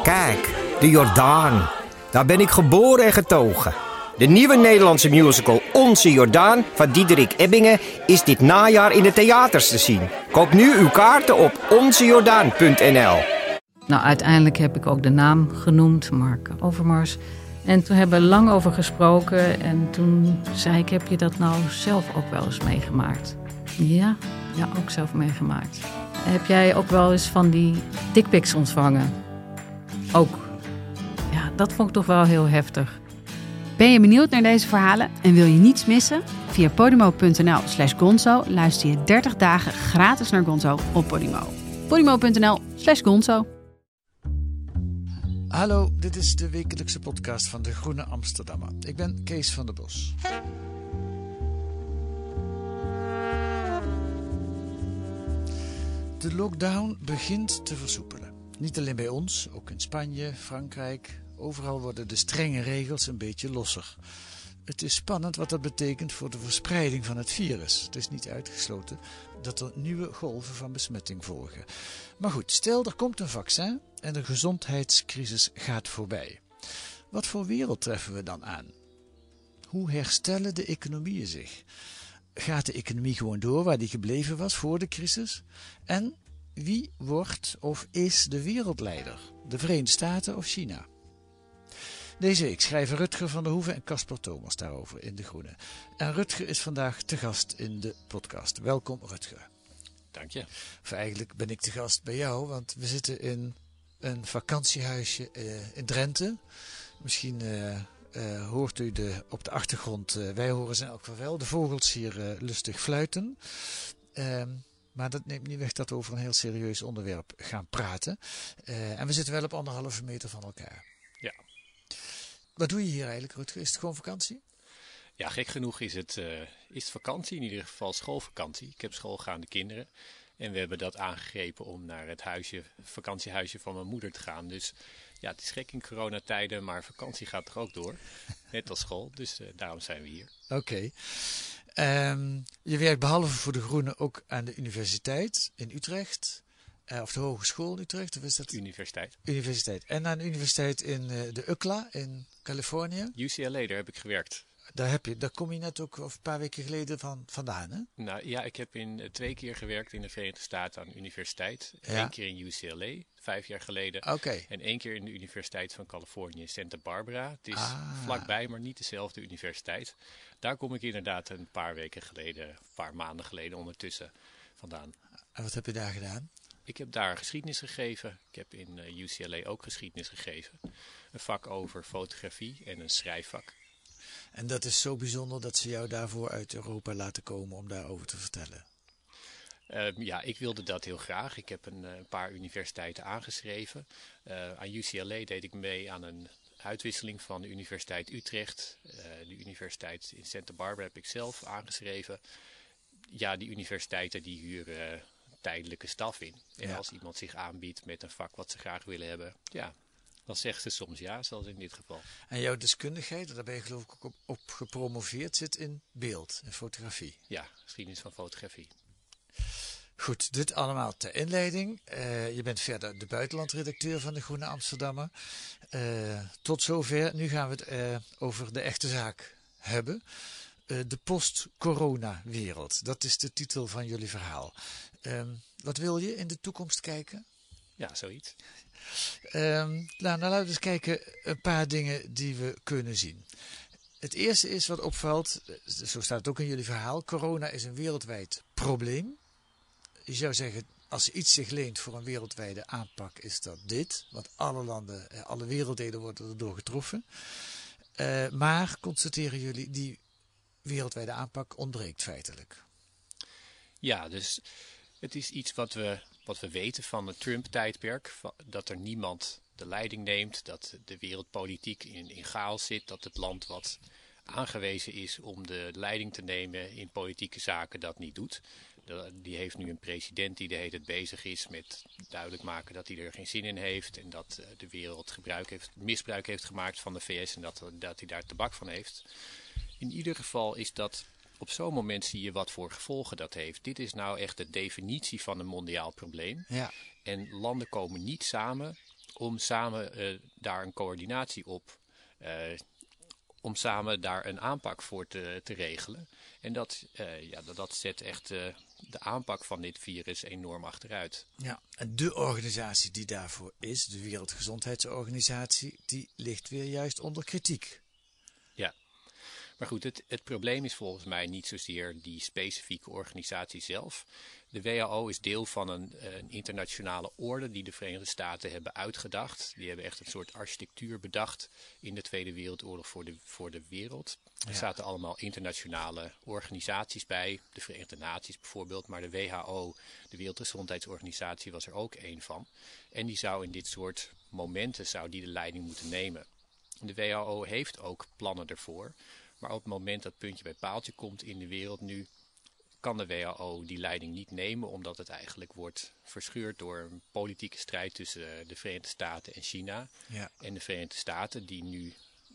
Kijk, de Jordaan. Daar ben ik geboren en getogen. De nieuwe Nederlandse musical Onze Jordaan van Diederik Ebbingen is dit najaar in de theaters te zien. Koop nu uw kaarten op onzejordaan.nl. Nou, uiteindelijk heb ik ook de naam genoemd, Mark Overmars. En toen hebben we lang over gesproken. En toen zei ik, heb je dat nou zelf ook wel eens meegemaakt? Ja, ook zelf meegemaakt. Heb jij ook wel eens van die dickpics ontvangen? Ook. Ja, dat vond ik toch wel heel heftig. Ben je benieuwd naar deze verhalen en wil je niets missen? Via podimo.nl/gonzo luister je 30 dagen gratis naar Gonzo op Podimo. podimo.nl/gonzo. Hallo, dit is de wekelijkse podcast van De Groene Amsterdammer. Ik ben Kees van der Bos. De lockdown begint te versoepelen. Niet alleen bij ons, ook in Spanje, Frankrijk. Overal worden de strenge regels een beetje losser. Het is spannend wat dat betekent voor de verspreiding van het virus. Het is niet uitgesloten dat er nieuwe golven van besmetting volgen. Maar goed, stel er komt een vaccin en de gezondheidscrisis gaat voorbij. Wat voor wereld treffen we dan aan? Hoe herstellen de economieën zich? Gaat de economie gewoon door waar die gebleven was voor de crisis? En wie wordt of is de wereldleider? De Verenigde Staten of China? Deze week schrijven Rutger van der Hoeven en Casper Thomas daarover in De Groene. En Rutger is vandaag te gast in de podcast. Welkom Rutger. Dank je. Of eigenlijk ben ik te gast bij jou, want we zitten in een vakantiehuisje in Drenthe. Misschien hoort u op de achtergrond, wij horen ze in elk geval wel, de vogels hier lustig fluiten. Maar dat neemt niet weg dat we over een heel serieus onderwerp gaan praten. En we zitten wel op 1,5 meter van elkaar. Ja. Wat doe je hier eigenlijk, Rutger? Is het gewoon vakantie? Ja, gek genoeg is het vakantie, in ieder geval schoolvakantie. Ik heb schoolgaande kinderen en we hebben dat aangegrepen om naar het vakantiehuisje van mijn moeder te gaan. Dus ja, het is gek in coronatijden, maar vakantie gaat toch ook door, net als school. Dus daarom zijn we hier. Oké. Je werkt behalve voor De Groene ook aan de universiteit in Utrecht. Of de Hogeschool in Utrecht, of is dat? Universiteit. Universiteit. En aan de universiteit in de UCLA in Californië. UCLA, daar heb ik gewerkt. Daar kom je net ook een paar weken geleden vandaan, hè? Nou ja, ik heb 2 keer gewerkt in de Verenigde Staten aan de universiteit. Ja. 1 keer in UCLA, 5 jaar geleden. Oké. En 1 keer in de Universiteit van Californië, Santa Barbara. Het is vlakbij, maar niet dezelfde universiteit. Daar kom ik inderdaad een paar maanden geleden ondertussen vandaan. En wat heb je daar gedaan? Ik heb daar geschiedenis gegeven. Ik heb in UCLA ook geschiedenis gegeven. Een vak over fotografie en een schrijfvak. En dat is zo bijzonder dat ze jou daarvoor uit Europa laten komen om daarover te vertellen. Ja, ik wilde dat heel graag. Ik heb een paar universiteiten aangeschreven. Aan UCLA deed ik mee aan een uitwisseling van de Universiteit Utrecht. De universiteit in Santa Barbara heb ik zelf aangeschreven. Ja, die universiteiten die huren tijdelijke staf in. En als iemand zich aanbiedt met een vak wat ze graag willen hebben, ja, dan zegt ze soms ja, zoals in dit geval. En jouw deskundigheid, daar ben je geloof ik ook op gepromoveerd, zit in beeld, in fotografie. Ja, geschiedenis van fotografie. Goed, dit allemaal ter inleiding. Je bent verder de buitenlandredacteur van De Groene Amsterdammer. Tot zover. Nu gaan we het over de echte zaak hebben. De post-corona-wereld. Dat is de titel van jullie verhaal. Wat wil je in de toekomst kijken? Ja, zoiets. Nou, laten we eens kijken een paar dingen die we kunnen zien. Het eerste is wat opvalt, zo staat het ook in jullie verhaal, corona is een wereldwijd probleem. Je zou zeggen, als iets zich leent voor een wereldwijde aanpak, is dat dit. Want alle landen, alle werelddelen worden erdoor getroffen. Maar, constateren jullie, die wereldwijde aanpak ontbreekt feitelijk. Ja, dus het is iets wat we weten van het Trump-tijdperk. Dat er niemand de leiding neemt, dat de wereldpolitiek in chaos zit, dat het land wat aangewezen is om de leiding te nemen in politieke zaken dat niet doet. Die heeft nu een president die de hele tijd bezig is met duidelijk maken dat hij er geen zin in heeft. En dat de wereld misbruik heeft gemaakt van de VS en dat hij daar tabak van heeft. In ieder geval is dat, op zo'n moment zie je wat voor gevolgen dat heeft. Dit is nou echt de definitie van een mondiaal probleem. Ja. En landen komen niet samen om samen daar een coördinatie op, om samen daar een aanpak voor te regelen. En dat zet echt de aanpak van dit virus enorm achteruit. Ja, en de organisatie die daarvoor is, de Wereldgezondheidsorganisatie, die ligt weer juist onder kritiek. Ja, maar goed, het probleem is volgens mij niet zozeer die specifieke organisatie zelf. De WHO is deel van een internationale orde die de Verenigde Staten hebben uitgedacht. Die hebben echt een soort architectuur bedacht in de Tweede Wereldoorlog voor de wereld. Er zaten allemaal internationale organisaties bij, de Verenigde Naties bijvoorbeeld, maar de WHO, de Wereldgezondheidsorganisatie, was er ook één van. En die zou in dit soort momenten de leiding moeten nemen. De WHO heeft ook plannen ervoor, maar op het moment dat puntje bij paaltje komt in de wereld nu, kan de WHO die leiding niet nemen, omdat het eigenlijk wordt verscheurd door een politieke strijd tussen de Verenigde Staten en China. Ja. En de Verenigde Staten die nu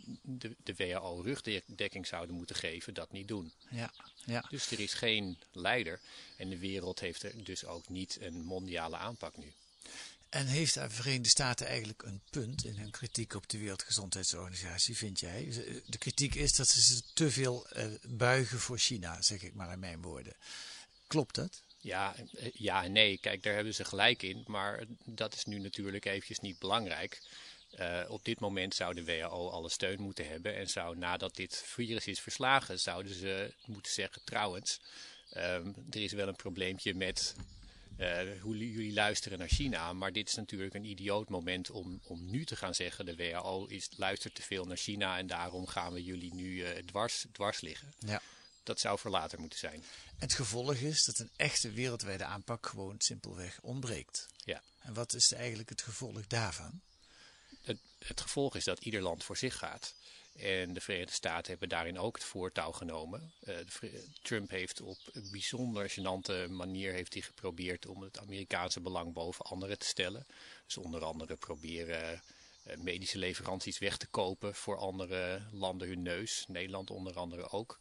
de WHO rugdekking zouden moeten geven, dat niet doen. Ja. Ja. Dus er is geen leider en de wereld heeft er dus ook niet een mondiale aanpak nu. En heeft de Verenigde Staten eigenlijk een punt in hun kritiek op de Wereldgezondheidsorganisatie, vind jij? De kritiek is dat ze te veel buigen voor China, zeg ik maar in mijn woorden. Klopt dat? Ja en nee. Kijk, daar hebben ze gelijk in. Maar dat is nu natuurlijk eventjes niet belangrijk. Op dit moment zou de WHO alle steun moeten hebben. En zou nadat dit virus is verslagen, zouden ze moeten zeggen, trouwens, er is wel een probleempje met hoe jullie luisteren naar China. Maar dit is natuurlijk een idioot moment om nu te gaan zeggen, de WHO luistert te veel naar China en daarom gaan we jullie nu dwars liggen. Ja. Dat zou voor later moeten zijn. Het gevolg is dat een echte wereldwijde aanpak gewoon simpelweg ontbreekt. Ja. En wat is eigenlijk het gevolg daarvan? Het gevolg is dat ieder land voor zich gaat. En de Verenigde Staten hebben daarin ook het voortouw genomen. Trump heeft op een bijzonder gênante manier geprobeerd om het Amerikaanse belang boven anderen te stellen. Dus onder andere proberen medische leveranties weg te kopen voor andere landen hun neus. Nederland onder andere ook.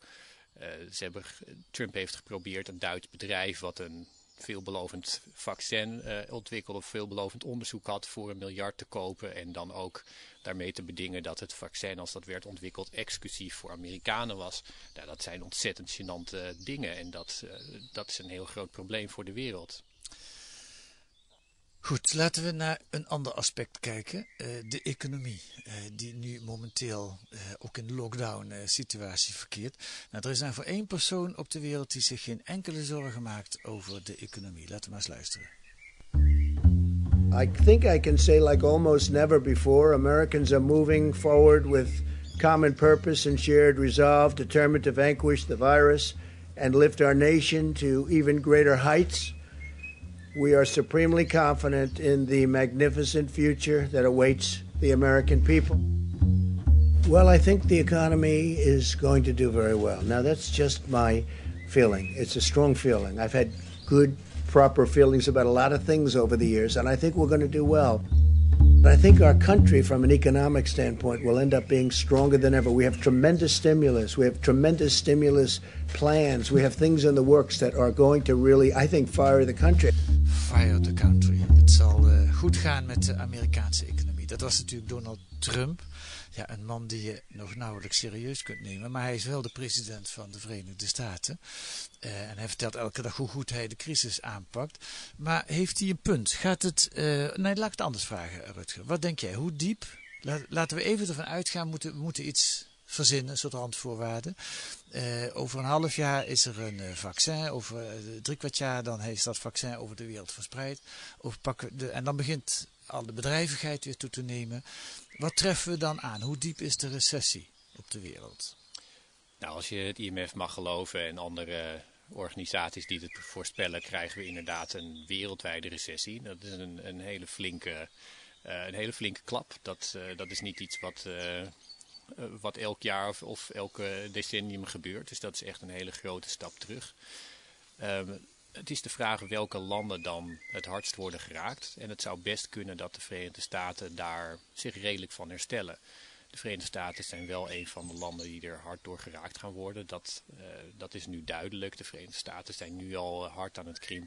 Trump heeft geprobeerd een Duits bedrijf wat een veelbelovend vaccin ontwikkelde of veelbelovend onderzoek had voor $1 miljard te kopen en dan ook daarmee te bedingen dat het vaccin, als dat werd ontwikkeld, exclusief voor Amerikanen was. Nou, dat zijn ontzettend gênante dingen en dat is een heel groot probleem voor de wereld. Goed, laten we naar een ander aspect kijken. De economie, die nu momenteel ook in de lockdown situatie verkeert. Nou, er is voor één persoon op de wereld die zich geen enkele zorgen maakt over de economie. Laten we maar eens luisteren. I think I can say like almost never before, Americans are moving forward with common purpose and shared resolve, determined to vanquish the virus and lift our nation to even greater heights. We are supremely confident in the magnificent future that awaits the American people. Well, I think the economy is going to do very well. Now, that's just my feeling. It's a strong feeling. I've had good, proper feelings about a lot of things over the years, and I think we're going to do well. But I think our country, from an economic standpoint, will end up being stronger than ever. We have tremendous stimulus. We have tremendous stimulus plans. We have things in the works that are going to really, I think, fire the country. Fire the country. Het zal goed gaan met de Amerikaanse economie. Dat was natuurlijk Donald Trump. Ja, een man die je nog nauwelijks serieus kunt nemen. Maar hij is wel de president van de Verenigde Staten. En hij vertelt elke dag hoe goed hij de crisis aanpakt. Maar heeft hij een punt? Gaat het... nee, laat ik het anders vragen, Rutger. Wat denk jij? Hoe diep? Laten we even ervan uitgaan. We moeten iets verzinnen, een soort randvoorwaarden. Over een half jaar is er een vaccin. Over 3/4 jaar dan is dat vaccin over de wereld verspreid. En dan begint al de bedrijvigheid weer toe te nemen. Wat treffen we dan aan? Hoe diep is de recessie op de wereld? Nou, als je het IMF mag geloven en andere organisaties die het voorspellen, krijgen we inderdaad een wereldwijde recessie. Dat is een hele flinke klap. Dat is niet iets wat elk jaar of elke decennium gebeurt. Dus dat is echt een hele grote stap terug. Het is de vraag welke landen dan het hardst worden geraakt. En het zou best kunnen dat de Verenigde Staten daar zich redelijk van herstellen. De Verenigde Staten zijn wel een van de landen die er hard door geraakt gaan worden. Dat is nu duidelijk. De Verenigde Staten zijn nu al hard aan het krimpen.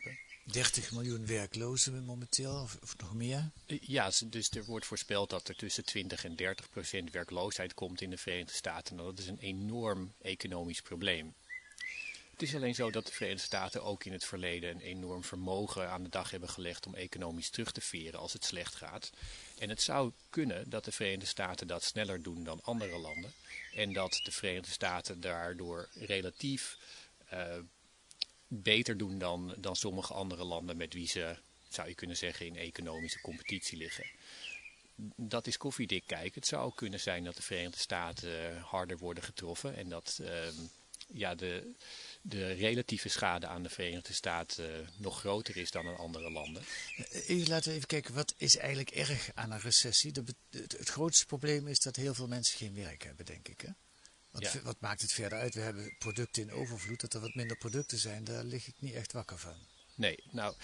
30 miljoen werklozen momenteel, of nog meer? Ja, dus er wordt voorspeld dat er tussen 20 en 30% werkloosheid komt in de Verenigde Staten. Nou, dat is een enorm economisch probleem. Het is alleen zo dat de Verenigde Staten ook in het verleden een enorm vermogen aan de dag hebben gelegd om economisch terug te veren als het slecht gaat. En het zou kunnen dat de Verenigde Staten dat sneller doen dan andere landen. En dat de Verenigde Staten daardoor relatief beter doen dan sommige andere landen met wie ze, zou je kunnen zeggen, in economische competitie liggen. Dat is koffiedik kijken. Het zou ook kunnen zijn dat de Verenigde Staten harder worden getroffen en dat de relatieve schade aan de Verenigde Staten nog groter is dan aan andere landen. Laten we even kijken, wat is eigenlijk erg aan een recessie? Het grootste probleem is dat heel veel mensen geen werk hebben, denk ik. Hè? Wat maakt het verder uit? We hebben producten in overvloed. Dat er wat minder producten zijn, daar lig ik niet echt wakker van. Nee, nou,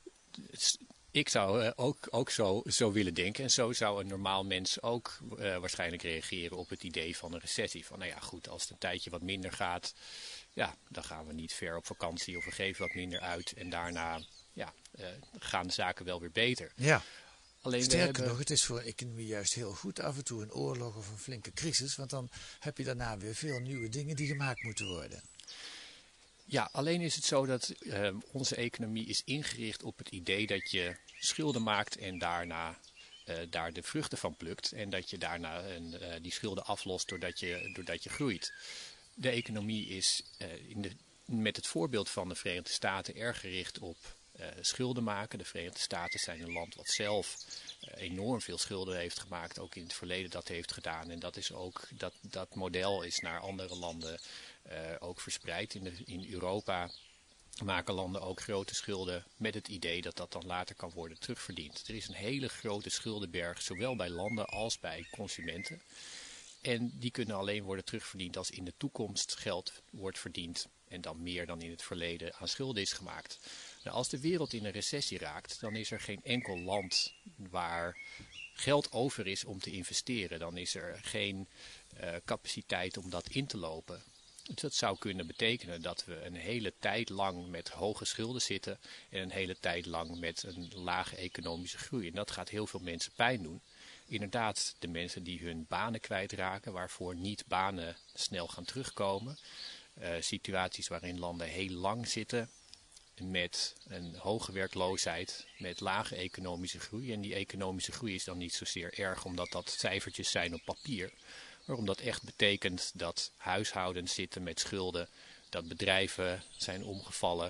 ik zou ook zo willen denken. En zo zou een normaal mens ook waarschijnlijk reageren op het idee van een recessie. Van nou ja, goed, als het een tijdje wat minder gaat, ja, dan gaan we niet ver op vakantie of we geven wat minder uit. En daarna gaan de zaken wel weer beter. Ja. Alleen sterker nog, het is voor een economie juist heel goed af en toe een oorlog of een flinke crisis. Want dan heb je daarna weer veel nieuwe dingen die gemaakt moeten worden. Ja, alleen is het zo dat onze economie is ingericht op het idee dat je schulden maakt en daarna daar de vruchten van plukt. En dat je daarna die schulden aflost doordat je groeit. De economie is met het voorbeeld van de Verenigde Staten erg gericht op schulden maken. De Verenigde Staten zijn een land wat zelf enorm veel schulden heeft gemaakt. Ook in het verleden dat heeft gedaan. En dat is ook, dat model is naar andere landen ook verspreid. In Europa maken landen ook grote schulden met het idee dat dat dan later kan worden terugverdiend. Er is een hele grote schuldenberg, zowel bij landen als bij consumenten. En die kunnen alleen worden terugverdiend als in de toekomst geld wordt verdiend en dan meer dan in het verleden aan schulden is gemaakt. Nou, als de wereld in een recessie raakt, dan is er geen enkel land waar geld over is om te investeren. Dan is er geen capaciteit om dat in te lopen. Dus dat zou kunnen betekenen dat we een hele tijd lang met hoge schulden zitten en een hele tijd lang met een lage economische groei. En dat gaat heel veel mensen pijn doen. Inderdaad, de mensen die hun banen kwijtraken, waarvoor niet banen snel gaan terugkomen. Situaties waarin landen heel lang zitten met een hoge werkloosheid, met lage economische groei. En die economische groei is dan niet zozeer erg omdat dat cijfertjes zijn op papier. Maar omdat echt betekent dat huishoudens zitten met schulden, dat bedrijven zijn omgevallen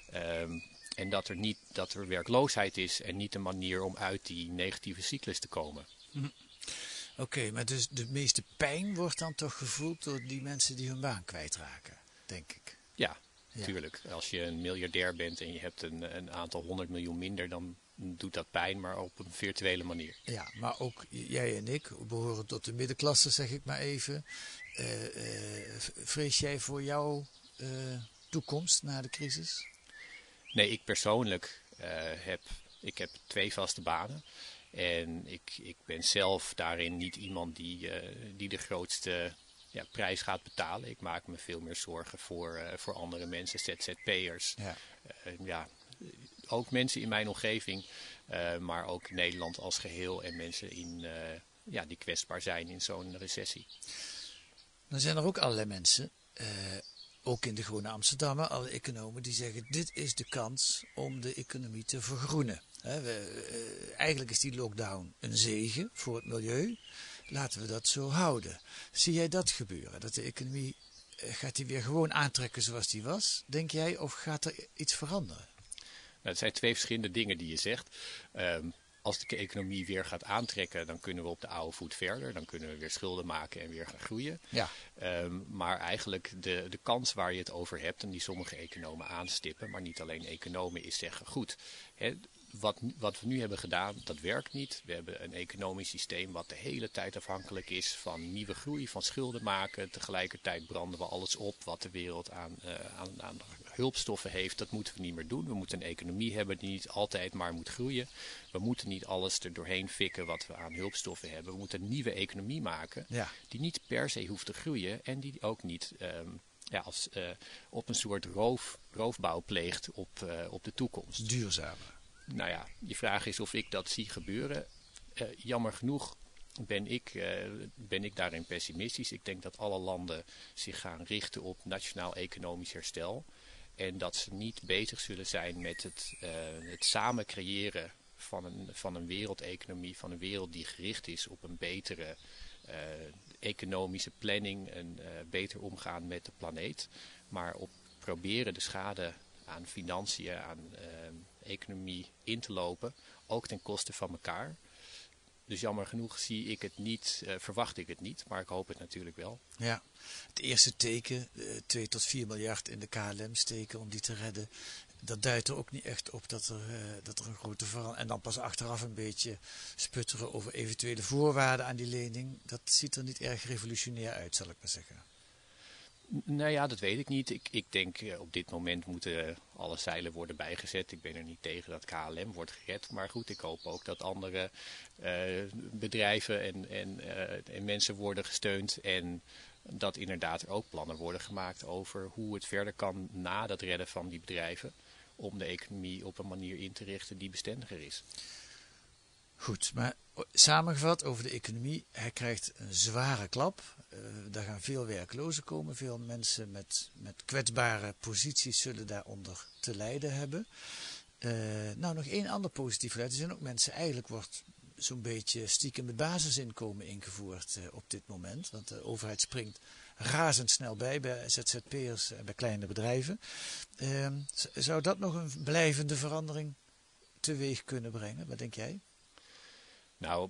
en dat er werkloosheid is en niet een manier om uit die negatieve cyclus te komen. Oké, maar dus de meeste pijn wordt dan toch gevoeld door die mensen die hun baan kwijtraken, denk ik. Ja, natuurlijk. Als je een miljardair bent en je hebt een aantal 100 miljoen minder, dan doet dat pijn, maar op een virtuele manier. Ja, maar ook jij en ik behoren tot de middenklasse, zeg ik maar even. Vrees jij voor jouw toekomst na de crisis? Nee, ik persoonlijk heb 2 vaste banen. En ik ben zelf daarin niet iemand die de grootste prijs gaat betalen. Ik maak me veel meer zorgen voor andere mensen, ZZP'ers. Ja. Ook mensen in mijn omgeving, maar ook Nederland als geheel en mensen die kwetsbaar zijn in zo'n recessie. Dan zijn er ook allerlei mensen, ook in de gewone Amsterdammer, alle economen die zeggen dit is de kans om de economie te vergroenen. Eigenlijk is die lockdown een zegen voor het milieu. Laten we dat zo houden. Zie jij dat gebeuren? Dat de economie, gaat die weer gewoon aantrekken zoals die was, denk jij, of gaat er iets veranderen? Nou, het zijn 2 verschillende dingen die je zegt. Als de economie weer gaat aantrekken, dan kunnen we op de oude voet verder. Dan kunnen we weer schulden maken en weer gaan groeien. Ja. Maar eigenlijk de kans waar je het over hebt en die sommige economen aanstippen, maar niet alleen economen, is zeggen, goed, wat we nu hebben gedaan, dat werkt niet. We hebben een economisch systeem wat de hele tijd afhankelijk is van nieuwe groei, van schulden maken. Tegelijkertijd branden we alles op wat de wereld aan hulpstoffen heeft. Dat moeten we niet meer doen. We moeten een economie hebben die niet altijd maar moet groeien. We moeten niet alles er doorheen fikken wat we aan hulpstoffen hebben. We moeten een nieuwe economie maken die niet per se hoeft te groeien en die ook niet op een soort roofbouw pleegt op de toekomst. Duurzamer. Nou ja, je vraag is of ik dat zie gebeuren. Jammer genoeg ben ik daarin pessimistisch. Ik denk dat alle landen zich gaan richten op nationaal economisch herstel. En dat ze niet bezig zullen zijn met het samen creëren van een wereldeconomie, van een wereld die gericht is op een betere economische planning en beter omgaan met de planeet. Maar op proberen de schade aan financiën, aan economie in te lopen, ook ten koste van elkaar. Dus jammer genoeg zie ik het niet, verwacht ik het niet, maar ik hoop het natuurlijk wel. Ja, het eerste teken, 2 tot 4 miljard in de KLM steken om die te redden. Dat duidt er ook niet echt op dat er een grote verandering... En dan pas achteraf een beetje sputteren over eventuele voorwaarden aan die lening. Dat ziet er niet erg revolutionair uit, zal ik maar zeggen. Nou ja, dat weet ik niet. Ik denk op dit moment moeten alle zeilen worden bijgezet. Ik ben er niet tegen dat KLM wordt gered. Maar goed, ik hoop ook dat andere bedrijven en mensen worden gesteund. En dat inderdaad er ook plannen worden gemaakt over hoe het verder kan na dat redden van die bedrijven. Om de economie op een manier in te richten die bestendiger is. Goed, maar samengevat over de economie. Hij krijgt een zware klap. Daar gaan veel werklozen komen. Veel mensen met kwetsbare posities zullen daaronder te lijden hebben. Nog één ander positief geluid. Er zijn ook mensen, eigenlijk wordt zo'n beetje stiekem het basisinkomen ingevoerd op dit moment. Want de overheid springt razendsnel bij ZZP'ers en bij kleine bedrijven. Zou dat nog een blijvende verandering teweeg kunnen brengen? Wat denk jij? Nou,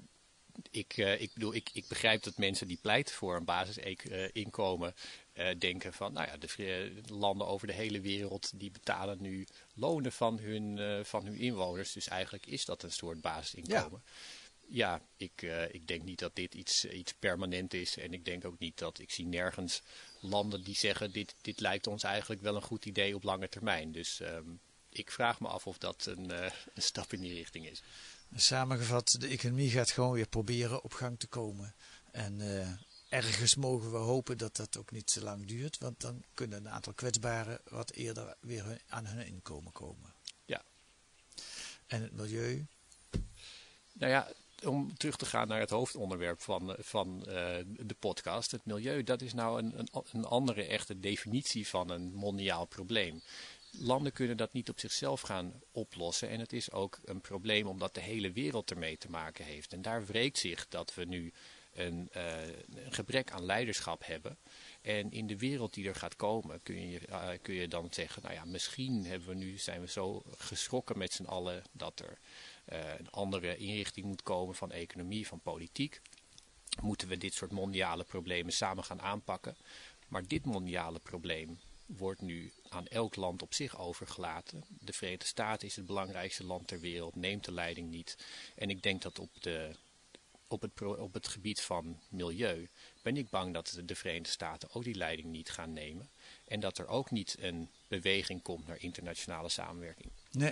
ik begrijp dat mensen die pleiten voor een basisinkomen denken van, nou ja, de landen over de hele wereld die betalen nu lonen van hun inwoners. Dus eigenlijk is dat een soort basisinkomen. Ja, ik denk niet dat dit iets permanent is. En ik denk ook niet ik zie nergens landen die zeggen, dit lijkt ons eigenlijk wel een goed idee op lange termijn. Dus ik vraag me af of dat een stap in die richting is. Samengevat, de economie gaat gewoon weer proberen op gang te komen. En ergens mogen we hopen dat dat ook niet zo lang duurt. Want dan kunnen een aantal kwetsbaren wat eerder weer aan hun inkomen komen. Ja. En het milieu? Nou ja, om terug te gaan naar het hoofdonderwerp van de podcast. Het milieu, dat is nou een andere echte definitie van een mondiaal probleem. Landen kunnen dat niet op zichzelf gaan oplossen. En het is ook een probleem omdat de hele wereld ermee te maken heeft. En daar wreekt zich dat we nu een gebrek aan leiderschap hebben. En in de wereld die er gaat komen kun je dan zeggen, nou ja, misschien zijn we zo geschrokken met z'n allen dat er een andere inrichting moet komen van economie, van politiek. Moeten we dit soort mondiale problemen samen gaan aanpakken. Maar dit mondiale probleem wordt nu aan elk land op zich overgelaten. De Verenigde Staten is het belangrijkste land ter wereld, neemt de leiding niet. En ik denk dat op het gebied van milieu ben ik bang dat de Verenigde Staten ook die leiding niet gaan nemen. En dat er ook niet een beweging komt naar internationale samenwerking. Nee.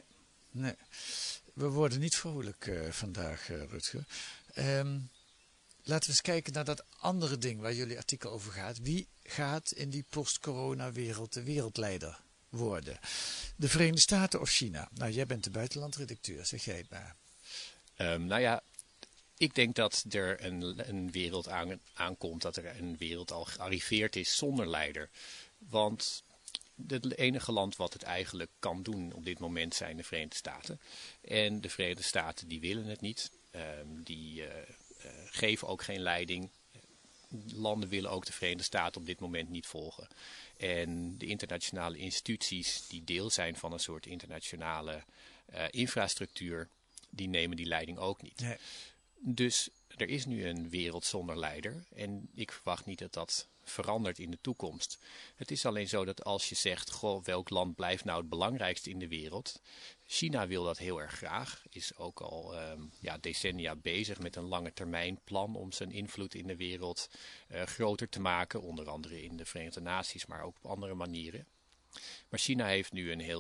We worden niet vrolijk vandaag, Rutger. Laten we eens kijken naar dat andere ding waar jullie artikel over gaat. Wie gaat in die post-corona-wereld de wereldleider worden? De Verenigde Staten of China? Nou, jij bent de buitenlandredacteur, zeg jij het maar. Nou ja, ik denk dat er een wereld aankomt, dat er een wereld al gearriveerd is zonder leider. Want het enige land wat het eigenlijk kan doen op dit moment zijn de Verenigde Staten. En de Verenigde Staten die willen het niet. Die geven ook geen leiding. Landen willen ook de Verenigde Staten op dit moment niet volgen. En de internationale instituties die deel zijn van een soort internationale infrastructuur, die nemen die leiding ook niet. Nee. Dus er is nu een wereld zonder leider. En ik verwacht niet dat dat verandert in de toekomst. Het is alleen zo dat als je zegt, goh, welk land blijft nou het belangrijkste in de wereld? China wil dat heel erg graag. Is ook al decennia bezig met een lange termijn plan om zijn invloed in de wereld groter te maken. Onder andere in de Verenigde Naties, maar ook op andere manieren. Maar China heeft nu een heel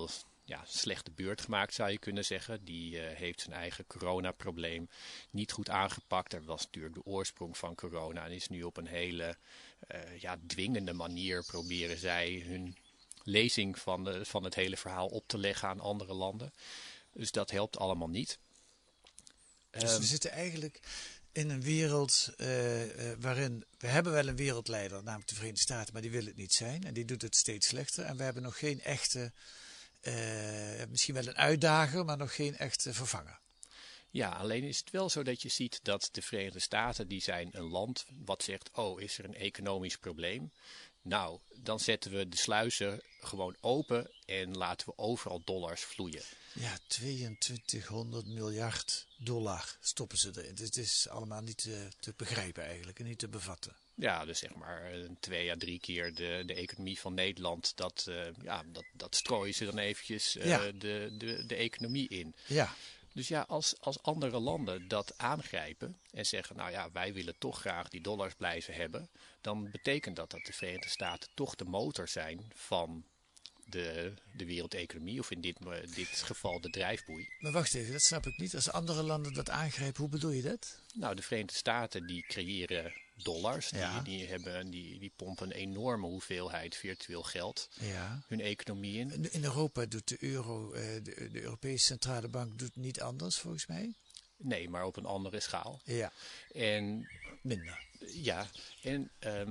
slechte beurt gemaakt, zou je kunnen zeggen. Die heeft zijn eigen coronaprobleem niet goed aangepakt. Dat was natuurlijk de oorsprong van corona en is nu op een hele dwingende manier proberen zij hun lezing van het hele verhaal op te leggen aan andere landen. Dus dat helpt allemaal niet. Dus we zitten eigenlijk in een wereld waarin we hebben wel een wereldleider, namelijk de Verenigde Staten, maar die wil het niet zijn en die doet het steeds slechter. En we hebben nog geen echte, misschien wel een uitdager, maar nog geen echte vervanger. Ja, alleen is het wel zo dat je ziet dat de Verenigde Staten, die zijn een land wat zegt, is er een economisch probleem? Nou, dan zetten we de sluizen gewoon open en laten we overal dollars vloeien. Ja, 2200 miljard dollar stoppen ze erin. Het is allemaal niet te begrijpen eigenlijk en niet te bevatten. Ja, dus zeg maar 2 à 3 keer de economie van Nederland, dat strooien ze dan eventjes de economie in. Ja. Dus ja, als andere landen dat aangrijpen en zeggen, wij willen toch graag die dollars blijven hebben, dan betekent dat de Verenigde Staten toch de motor zijn van de wereldeconomie, of in dit geval de drijfboei. Maar wacht even, dat snap ik niet. Als andere landen dat aangrijpen, hoe bedoel je dat? Nou, de Verenigde Staten die creëren dollars, Ja. die pompen een enorme hoeveelheid virtueel geld hun economie in. In Europa doet de Europese Centrale Bank doet niet anders, volgens mij. Nee, maar op een andere schaal. Ja. En Minder. ja, en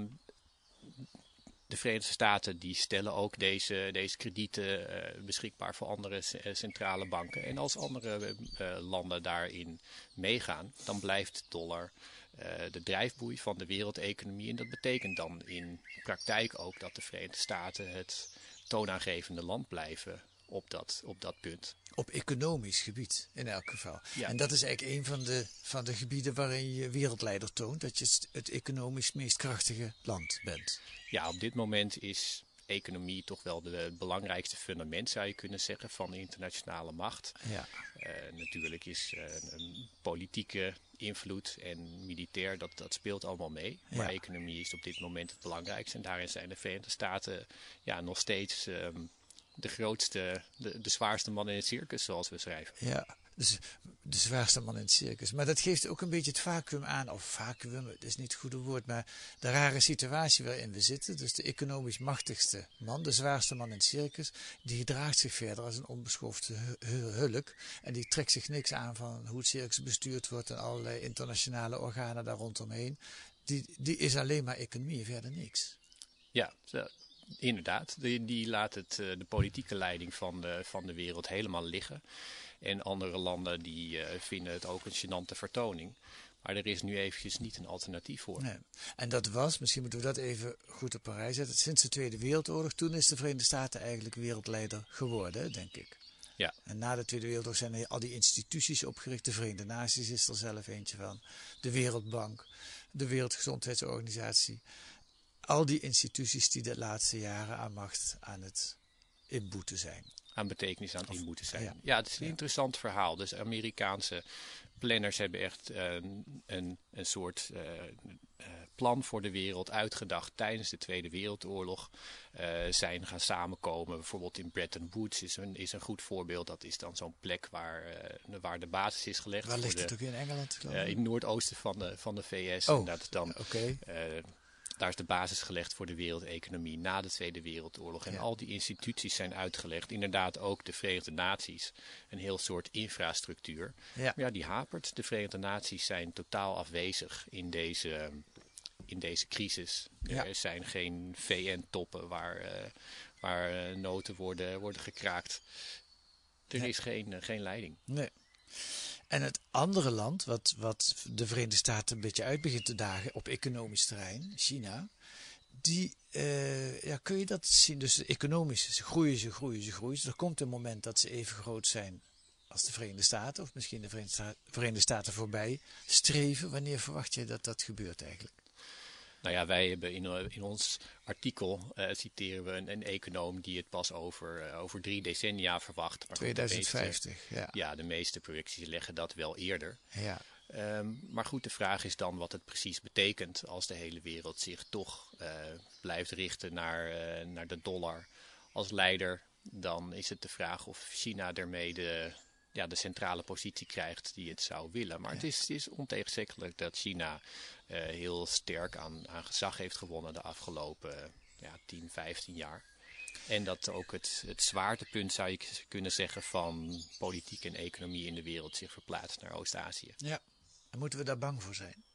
de Verenigde Staten die stellen ook deze kredieten beschikbaar voor andere centrale banken. En als andere landen daarin meegaan, dan blijft de dollar de drijfboei van de wereldeconomie. En dat betekent dan in praktijk ook dat de Verenigde Staten het toonaangevende land blijven op dat punt. Op economisch gebied, in elk geval. Ja. En dat is eigenlijk een van de gebieden waarin je wereldleider toont, dat je het economisch meest krachtige land bent. Ja, op dit moment is economie toch wel het belangrijkste fundament, zou je kunnen zeggen, van de internationale macht. Ja. Natuurlijk is een politieke invloed en militair, dat speelt allemaal mee. Maar economie is op dit moment het belangrijkste. En daarin zijn de Verenigde Staten nog steeds de grootste, de zwaarste man in het circus, zoals we schrijven. Ja, dus de zwaarste man in het circus. Maar dat geeft ook een beetje het vacuüm aan, of vacuüm, het is niet het goede woord, maar de rare situatie waarin we zitten. Dus de economisch machtigste man, de zwaarste man in het circus, die gedraagt zich verder als een onbeschoofde hulk. En die trekt zich niks aan van hoe het circus bestuurd wordt en allerlei internationale organen daar rondomheen. Die is alleen maar economie, verder niks. Ja, inderdaad. Die laat de politieke leiding van de wereld helemaal liggen. En andere landen die vinden het ook een gênante vertoning. Maar er is nu eventjes niet een alternatief voor. Nee. En dat was, misschien moeten we dat even goed op een rij zetten, sinds de Tweede Wereldoorlog, toen is de Verenigde Staten eigenlijk wereldleider geworden, denk ik. Ja. En na de Tweede Wereldoorlog zijn er al die instituties opgericht. De Verenigde Naties is er zelf eentje van. De Wereldbank, de Wereldgezondheidsorganisatie. Al die instituties die de laatste jaren aan macht aan het inboeten zijn. Aan betekenis aan het inboeten zijn. Ja. Het is een interessant verhaal. Dus Amerikaanse planners hebben echt een soort plan voor de wereld uitgedacht tijdens de Tweede Wereldoorlog. Zijn gaan samenkomen. Bijvoorbeeld in Bretton Woods is een goed voorbeeld. Dat is dan zo'n plek waar de basis is gelegd. Waar ligt het ook in Engeland? In het noordoosten van de VS. Oh, en dat dan, oké. daar is de basis gelegd voor de wereldeconomie na de Tweede Wereldoorlog. En al die instituties zijn uitgelegd. Inderdaad ook de Verenigde Naties. Een heel soort infrastructuur. Ja. Maar die hapert. De Verenigde Naties zijn totaal afwezig in deze crisis. Ja. Er zijn geen VN-toppen waar noten worden gekraakt. Er is geen leiding. Nee. En het andere land wat de Verenigde Staten een beetje uit begint te dagen op economisch terrein, China, die, kun je dat zien? Dus economisch groeien ze. Er komt een moment dat ze even groot zijn als de Verenigde Staten, of misschien de Verenigde Staten voorbij streven. Wanneer verwacht je dat gebeurt eigenlijk? Nou ja, wij hebben in ons artikel citeren we een econoom die het pas over 3 decennia verwacht. Maar 2050, de meeste projecties leggen dat wel eerder. Ja. Maar goed, de vraag is dan wat het precies betekent als de hele wereld zich toch blijft richten naar de dollar als leider dan is het de vraag of China ermee de centrale positie krijgt die het zou willen. Maar het is ontegenzeggelijk dat China heel sterk aan gezag heeft gewonnen de afgelopen 10, 15 jaar. En dat ook het zwaartepunt, zou je kunnen zeggen, van politiek en economie in de wereld zich verplaatst naar Oost-Azië. Ja, en moeten we daar bang voor zijn?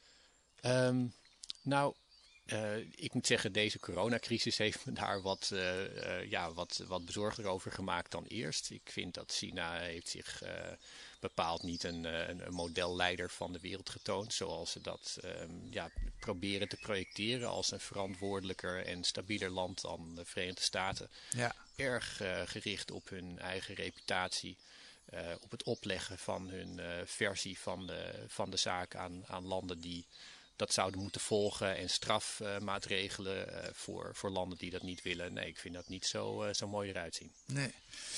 Ik moet zeggen, deze coronacrisis heeft me daar wat bezorgder over gemaakt dan eerst. Ik vind dat China heeft zich bepaald niet een modelleider van de wereld getoond. Zoals ze dat proberen te projecteren als een verantwoordelijker en stabieler land dan de Verenigde Staten. Ja. Erg gericht op hun eigen reputatie. Op het opleggen van hun versie van de zaak aan landen die dat zouden moeten volgen en strafmaatregelen voor landen die dat niet willen. Nee, ik vind dat niet zo mooi eruit zien. Nee.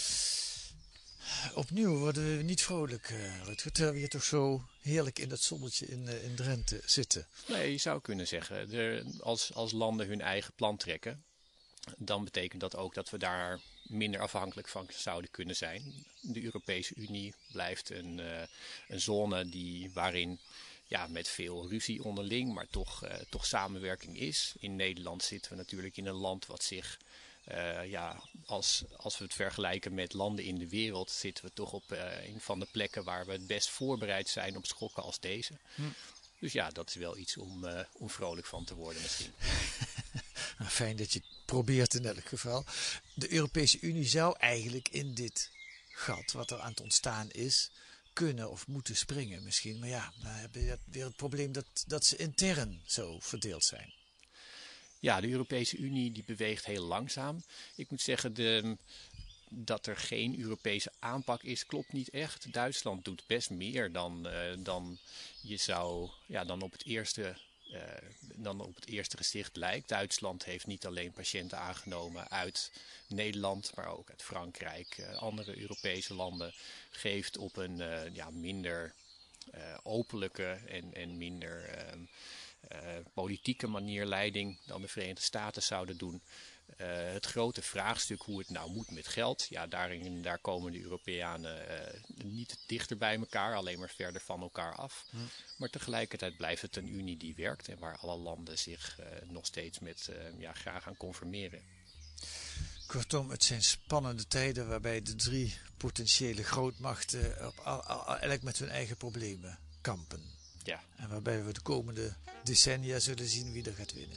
Opnieuw worden we niet vrolijk, Rutger, terwijl we hier toch zo heerlijk in dat zonnetje in Drenthe zitten. Nee, je zou kunnen zeggen, als landen hun eigen plan trekken, dan betekent dat ook dat we daar minder afhankelijk van zouden kunnen zijn. De Europese Unie blijft een zone waarin met veel ruzie onderling, maar toch samenwerking is. In Nederland zitten we natuurlijk in een land wat zich, als we het vergelijken met landen in de wereld, zitten we toch op een van de plekken waar we het best voorbereid zijn op schokken als deze. Dus dat is wel iets om vrolijk van te worden misschien. Fijn dat je het probeert in elk geval. De Europese Unie zou eigenlijk in dit gat wat er aan het ontstaan is kunnen of moeten springen misschien. Maar dan heb je weer het probleem dat ze intern zo verdeeld zijn. Ja, de Europese Unie die beweegt heel langzaam. Ik moet zeggen, dat er geen Europese aanpak is, klopt niet echt. Duitsland doet best meer dan je zou, dan op het eerste gezicht lijkt. Duitsland heeft niet alleen patiënten aangenomen uit Nederland, maar ook uit Frankrijk. Andere Europese landen geeft op een minder openlijke en minder politieke manier leiding dan de Verenigde Staten zouden doen. Het grote vraagstuk hoe het nou moet met geld, daar komen de Europeanen niet dichter bij elkaar, alleen maar verder van elkaar af. Maar tegelijkertijd blijft het een unie die werkt en waar alle landen zich nog steeds graag aan conformeren. Kortom, het zijn spannende tijden waarbij de 3 potentiële grootmachten elk met hun eigen problemen kampen. Ja. En waarbij we de komende decennia zullen zien wie er gaat winnen.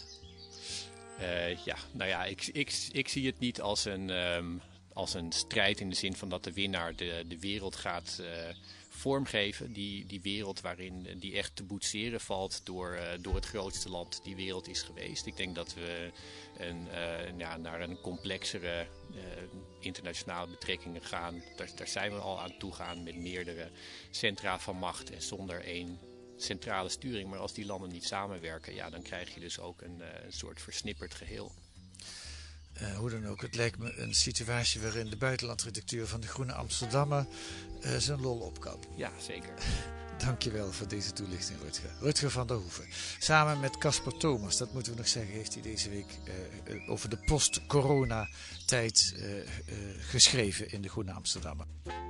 Ik zie het niet als een strijd in de zin van dat de winnaar de wereld gaat vormgeven. Die wereld waarin die echt te boetseren valt door het grootste land die wereld is geweest. Ik denk dat we naar een complexere internationale betrekkingen gaan. Daar zijn we al aan toegaan met meerdere centra van macht en zonder één centrale sturing. Maar als die landen niet samenwerken, dan krijg je dus ook een soort versnipperd geheel. Hoe dan ook, het lijkt me een situatie waarin de buitenlandredacteur van de Groene Amsterdammer zijn lol op kan. Ja, zeker. Dankjewel voor deze toelichting, Rutger. Rutger van der Hoeven. Samen met Casper Thomas, dat moeten we nog zeggen, heeft hij deze week over de post-corona-tijd geschreven in de Groene Amsterdammer.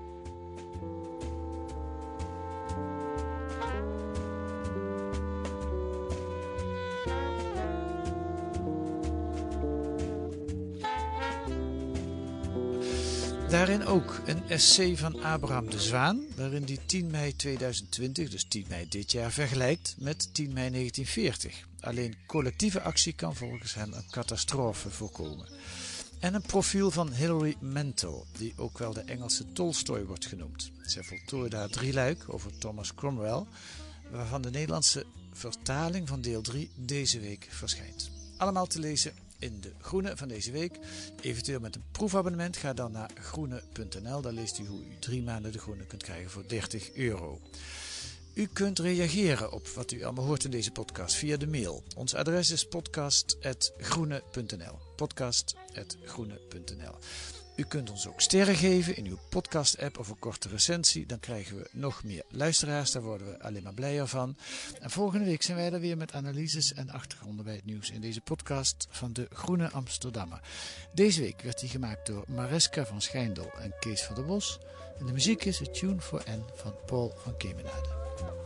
Daarin ook een essay van Abraham de Zwaan, waarin hij 10 mei 2020, dus 10 mei dit jaar, vergelijkt met 10 mei 1940. Alleen collectieve actie kan volgens hem een catastrofe voorkomen. En een profiel van Hilary Mantel, die ook wel de Engelse Tolstoy wordt genoemd. Zij voltooide haar 3-luik over Thomas Cromwell, waarvan de Nederlandse vertaling van deel 3 deze week verschijnt. Allemaal te lezen in de Groene van deze week. Eventueel met een proefabonnement. Ga dan naar groene.nl. Daar leest u hoe u 3 maanden de Groene kunt krijgen voor €30. U kunt reageren op wat u allemaal hoort in deze podcast via de mail. Ons adres is podcast@groene.nl. podcast@groene.nl. U kunt ons ook sterren geven in uw podcast-app of een korte recensie. Dan krijgen we nog meer luisteraars. Daar worden we alleen maar blijer van. En volgende week zijn wij er weer met analyses en achtergronden bij het nieuws in deze podcast van de Groene Amsterdammer. Deze week werd die gemaakt door Mariska van Schijndel en Kees van der Bos. En de muziek is A Tune for N van Paul van Kemenade.